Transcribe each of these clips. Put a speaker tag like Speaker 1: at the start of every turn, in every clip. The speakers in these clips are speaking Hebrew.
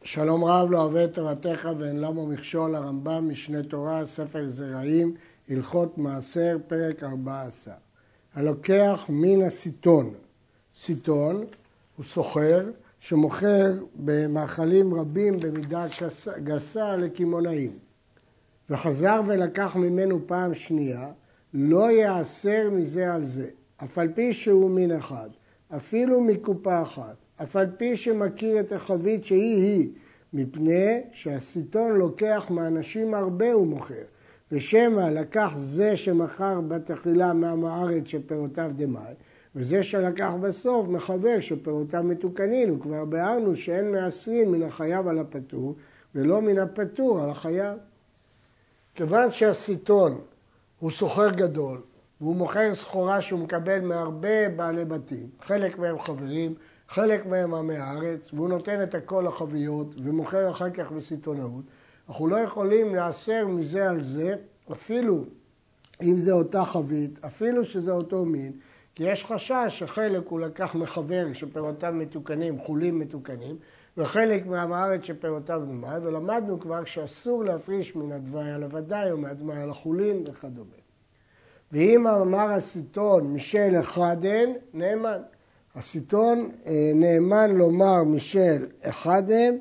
Speaker 1: שלום רב לא אוהב את תורתך ואין למו מכשול. הרמב"ם משנה תורה, ספר זרעים, הלכות מעשר, פרק 14. הלוקח מן הסיטון. סיטון הוא סוחר שמוכר במאכלים רבים במידה גסה לקמעונאים. וחזר ולקח ממנו פעם שנייה, לא יעשר מזה על זה, אף על פי שהוא מין אחד, אפילו מקופה אחת, אף על פי שמכיר את החבית שהיא, מפני שהסיטון לוקח מאנשים הרבה ומוכר, ושמא לקח זה שמכר בתחילה מהמארץ שפירותיו דמאי, וזה שלקח בסוף מחבר שפירותיו מתוקנין, וכבר ביארנו שאין מעשרים מן החייב על הפטור, ולא מן הפטור על החייב. כיוון שהסיטון הוא סוחר גדול, והוא מוכר סחורה שהוא מקבל מהרבה בעלי בתים, חלק מהם חברים, חלק מהם עמי הארץ, והוא נותן את הכל לחביות ומוכר אחר כך בסיטונאות, אנחנו לא יכולים לעשר מזה על זה, אפילו אם זה אותה חבית, אפילו שזה אותו מין, כי יש חשש שחלק הוא לקח מחבר שפירותיו מתוקנים, חולים מתוקנים, וחלק מהארץ שפירותיו דמאי, ולמדנו כבר שאסור להפריש מן הדווי על הוודאי או מהדמאי על החולין וכדומה. ואם אמר הסיטון משל אחד הם, נאמן. הסיטון נאמן לומר משל אחד הם,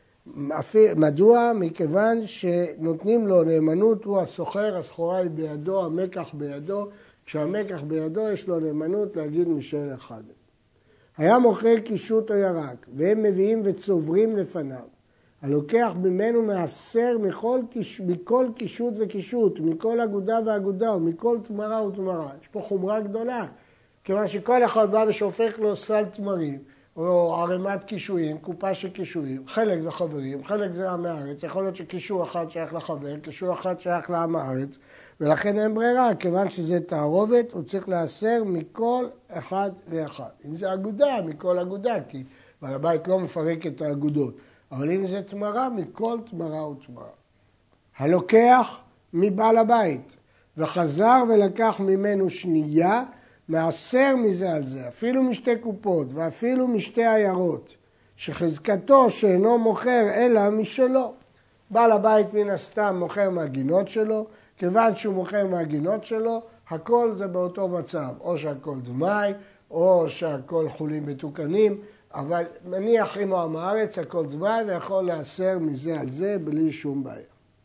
Speaker 1: מדוע? מכיוון שנותנים לו נאמנות, הוא הסוחר, הסחורה היא בידו, המקח בידו, כשהמקח בידו יש לו נאמנות להגיד משל אחד הם. היה מוכר קישוט או ירק, והם מביאים וצוברים לפניו. הלוקח ממנו מעשר מכל קישוט וקישוט, מכל אגודה ואגודה, ומכל תמרה ותמרה. יש פה חומרה גדולה, כיוון שכל אחד בא ושופך לו סל תמרים, או ערימת קישואים, קופה של קישואים, חלק זה חברים, חלק זה עם הארץ, יכול להיות שקישור אחד שייך לחבר, קישור אחד שייך לעם הארץ, ולכן אין ברירה, כיוון שזה תערובת, הוא צריך לעשר מכל אחד ואחד. אם זה אגודה, מכל אגודה, כי בעל הבית לא מפרק את האגודות, אבל אם זה תמרה, מכל תמרה ותמרה. הלוקח מבעל הבית, וחזר ולקח ממנו שנייה, מעשר מזה על זה, אפילו משתי קופות ואפילו משתי עיירות, שחזקתו שאינו מוכר אלא משלו. בעל הבית מן הסתם מוכר מהגינות שלו, כיוון שהוא מוכר מהגינות שלו, הכל זה באותו מצב, או שהכל דמאי, או שהכל חולים מתוקנים, אבל מניח אם הוא עם הארץ, הכל דמאי ויכול לעשר מזה על זה בלי שום בעיה.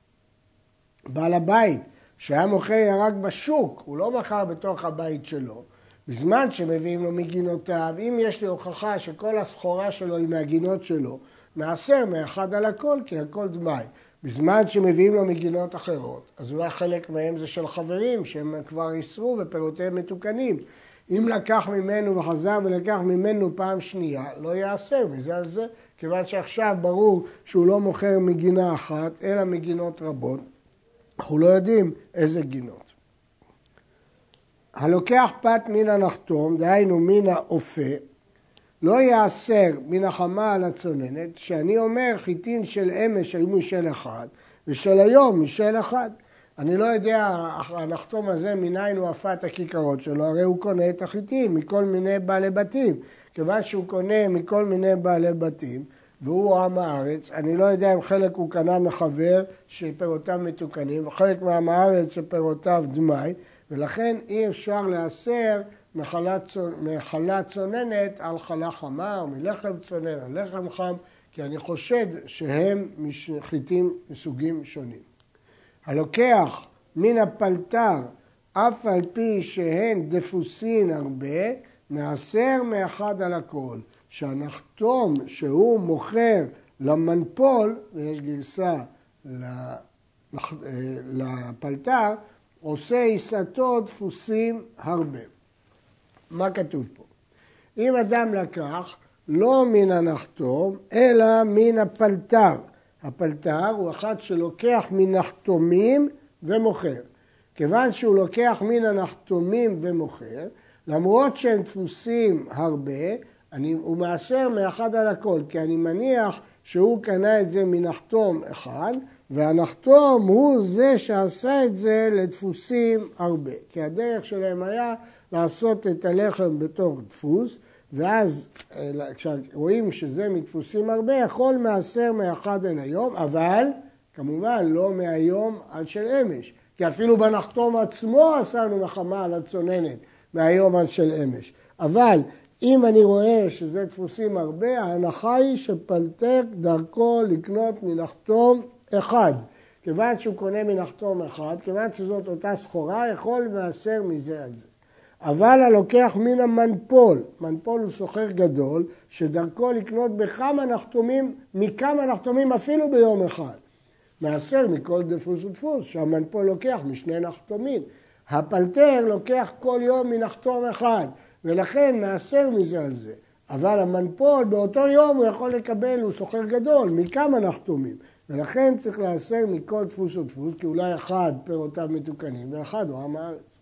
Speaker 1: בעל הבית שהיה מוכר ירק בשוק, הוא לא מכר בתוך הבית שלו, בזמן שמביאים לו מגינותיו, אם יש לי הוכחה שכל הסחורה שלו היא מהגינות שלו, מעשר מאחד על הכל, כי הכל דמאי. בזמן שמביאים לו מגינות אחרות, אז אולי חלק מהם זה של חברים שהם כבר יסרו ופירותיהם מתוקנים. אם לקח ממנו וחזר ולקח ממנו פעם שנייה, לא יעשר מזה על זה, כיוון שעכשיו ברור שהוא לא מוכר מגינה אחת, אלא מגינות רבות. אנחנו לא יודעים איזה גינות. הלוקח פת מן הנחתום, דהיינו מן האופה, לא יעשר מן החמה על הצוננת, שאני אומר חיטין של אמש היו משל אחד, ושל היום משל אחד. אני לא יודע, הנחתום הזה מניין הוא אפה את הכיכרות שלו, הרי הוא קונה את החיטין מכל מיני בעלי בתים. כיוון שהוא קונה מכל מיני בעלי בתים, והוא עם הארץ, אני לא יודע אם חלק הוא קנה מחבר שפירותיו מתוקנים, וחלק מהארץ שפירותיו דמאי, ולכן אי אפשר לאסר מחלה צוננת על חלה חמה, או מלחם צונן על לחם חם, כי אני חושד שהם חיטים מסוגים שונים. הלוקח מן הפלטר, אף על פי שהן דפוסין הרבה, מעשר מאחד על הכל. שהנחתום שהוא מוכר למנפול, ויש גרסה לפלטר, עושה עיסתו דפוסים הרבה. מה כתוב פה? אם אדם לקח לא מן הנחתום, אלא מן הפלטר. הפלטר הוא אחד שלוקח מנחתומים ומוכר. כיוון שהוא לוקח מן הנחתומים ומוכר, למרות שהם דפוסים הרבה, הוא מעשר מאחד על הכל, כי אני מניח שהוא קנה את זה מנחתום אחד, והנחתום הוא זה שעשה את זה לדפוסים הרבה. כי הדרך שלהם היה לעשות את הלחם בתוך דפוס, ואז כשרואים שזה מדפוסים הרבה, יכול מעשר מאחד אל היום, אבל כמובן לא מהיום עד של אמש, כי אפילו בנחתום עצמו עשינו מחמה על הצוננת מהיום עד של אמש. אבל אם אני רואה שזה דפוסים הרבה, ההנחה היא שפלטק דרכו לקנות מנחתום אחד. כיוון שהוא קונה מנחתום אחד, כיוון שזאת אותה סחורה, יכול מעשר מזה על זה. אבל הלוקח מן המנפול, מנפול הוא סוחר גדול, שדרכו לקנות בכמה נחתומים, מכמה נחתומים אפילו ביום אחד. מעשר מכל דפוס ודפוס, שהמנפול לוקח משני נחתומים. הפלטר לוקח כל יום מנחתום אחד, ולכן מעשר מזה על זה. אבל המנפול באותו יום הוא יכול לקבל, הוא סוחר גדול, מכמה נחתומים. ולכן צריך לעשר מכל דפוס ודפוס, כי אולי אחד פירותיו מתוקנים, ואחד הוא עם הארץ.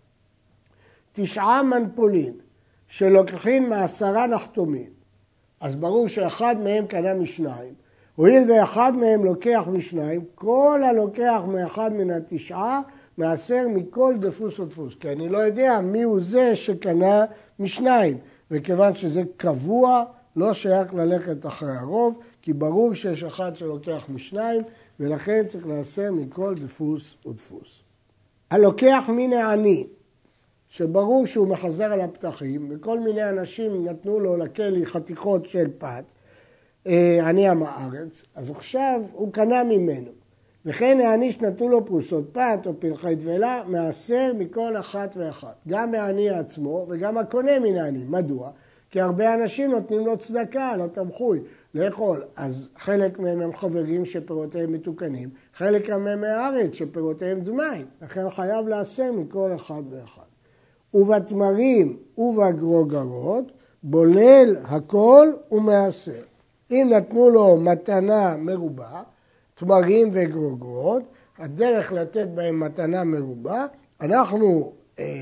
Speaker 1: 9 מנפולים שלוקחים מ10 נחתומים, אז ברור שאחד מהם קנה משניים. הואיל ואחד מהם לוקח משניים, כל הלוקח מאחד מן 9 מעשר מכל דפוס ודפוס. כי אני לא יודע מי הוא זה שקנה משניים. וכיוון שזה קבוע, לא שייך ללכת אחרי הרוב, כי ברור שיש אחד שלוקח משניים, ולכן צריך לעשר מכל דפוס ודפוס. הלוקח מן העני, שברור שהוא מחזר על הפתחים, וכל מיני אנשים נתנו לו לכלי חתיכות של פת, עני עם הארץ, אז עכשיו הוא קנה ממנו. וכן העני שנתנו לו פרוסות פת או פרחי דבלה, מעשר מכל אחת ואחת. גם העני עצמו וגם הקונה מן העני. מדוע? כי הרבה אנשים נותנים לו צדקה, לא תמחוי, לאכול. אז חלק מהם הם חברים שפירותיהם מתוקנים, חלק מהם מהארץ שפירותיהם דמיים. לכן חייב לעשר מכל אחד ואחד. ובתמרים ובגרוגרות, בולל הכל ומעשר. אם נתנו לו מתנה מרובה, תמרים וגרוגרות, הדרך לתת בהם מתנה מרובה, אנחנו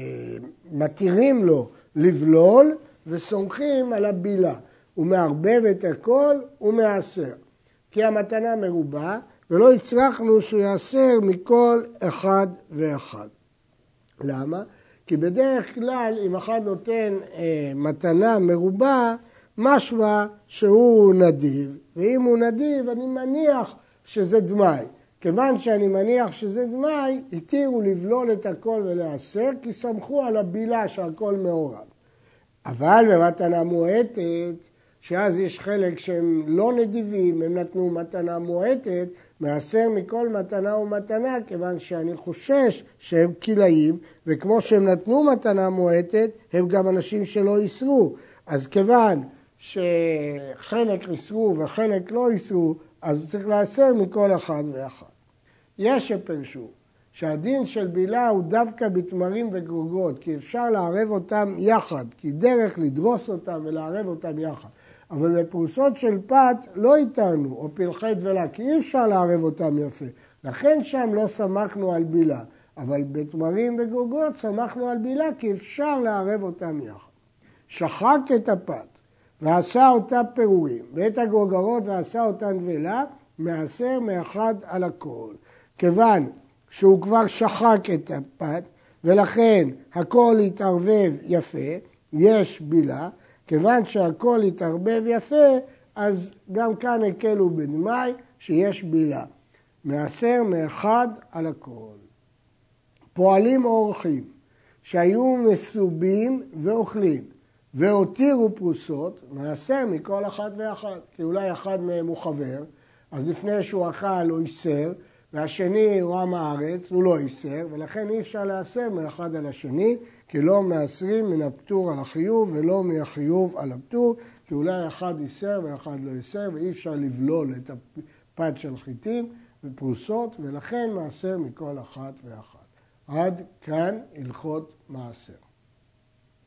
Speaker 1: מתירים לו לבלול וסומכים על הבילה. הוא מערבב את הכל ומעשר. כי המתנה מרובה, ולא הצרכנו שהוא יעשר מכל אחד ואחד. למה? כי בדרך כלל אם אחד נותן מתנה מרובה, משמע שהוא נדיב, ואם הוא נדיב אני מניח שזה דמי. כיוון שאני מניח שזה דמי, התירו לבלול את הכל ולעשר, כי סמכו על הבילה שהכל מעורב. אבל במתנה מועטת, שאז יש חלק שהם לא נדיבים, הם נתנו מתנה מועטת, מעשר מכל מתנה ומתנה, כיוון שאני חושש שהם קילאים, וכמו שהם נתנו מתנה מועטת, הם גם אנשים שלא יסרו. אז כיוון שחלק יסרו וחלק לא יסרו, אז צריך לעשר מכל אחד ואחד. יש שפרשו שהדין של בילה הוא דווקא בתמרים וגרוגות, כי אפשר לערב אותם יחד, כי דרך לדרוס אותם ולערב אותם יחד. אבל בפרוסות של פת לא איתנו, או פרחי דבלה, כי אי אפשר לערב אותם יפה. לכן שם לא סמכנו על בילה, אבל בתמרים וגרוגות סמכנו על בילה, כי אפשר לערב אותם יחד. שחק את הפת ועשה אותה פירורים, ואת הגרוגרות ועשה אותן דבלה, מעשר מאחד על הכל. כיוון שהוא כבר שחק את הפת, ולכן הכל התערבב יפה, יש בילה, כיוון שהכל התערבב יפה, אז גם כאן הקלו בדמי שיש בילה. מעשר מאחד על הכל. פועלים או אורחים שהיו מסובים ואוכלים, והותירו פרוסות, מעשר מכל אחד ואחד. כי אולי אחד מהם הוא חבר, אז לפני שהוא אכל הוא ייסר, והשני הוא עם הארץ, הוא לא ייסר, ולכן אי אפשר לעשר מאחד על השני, כי לא מעשרים מן הפטור על החיוב, ולא מהחיוב על הפטור, כי אולי אחד ייסר ואחד לא ייסר, ואי אפשר לבלול את הפת של חיטים ופרוסות, ולכן מעשר מכל אחת ואחת. עד כאן הלכות מעשר.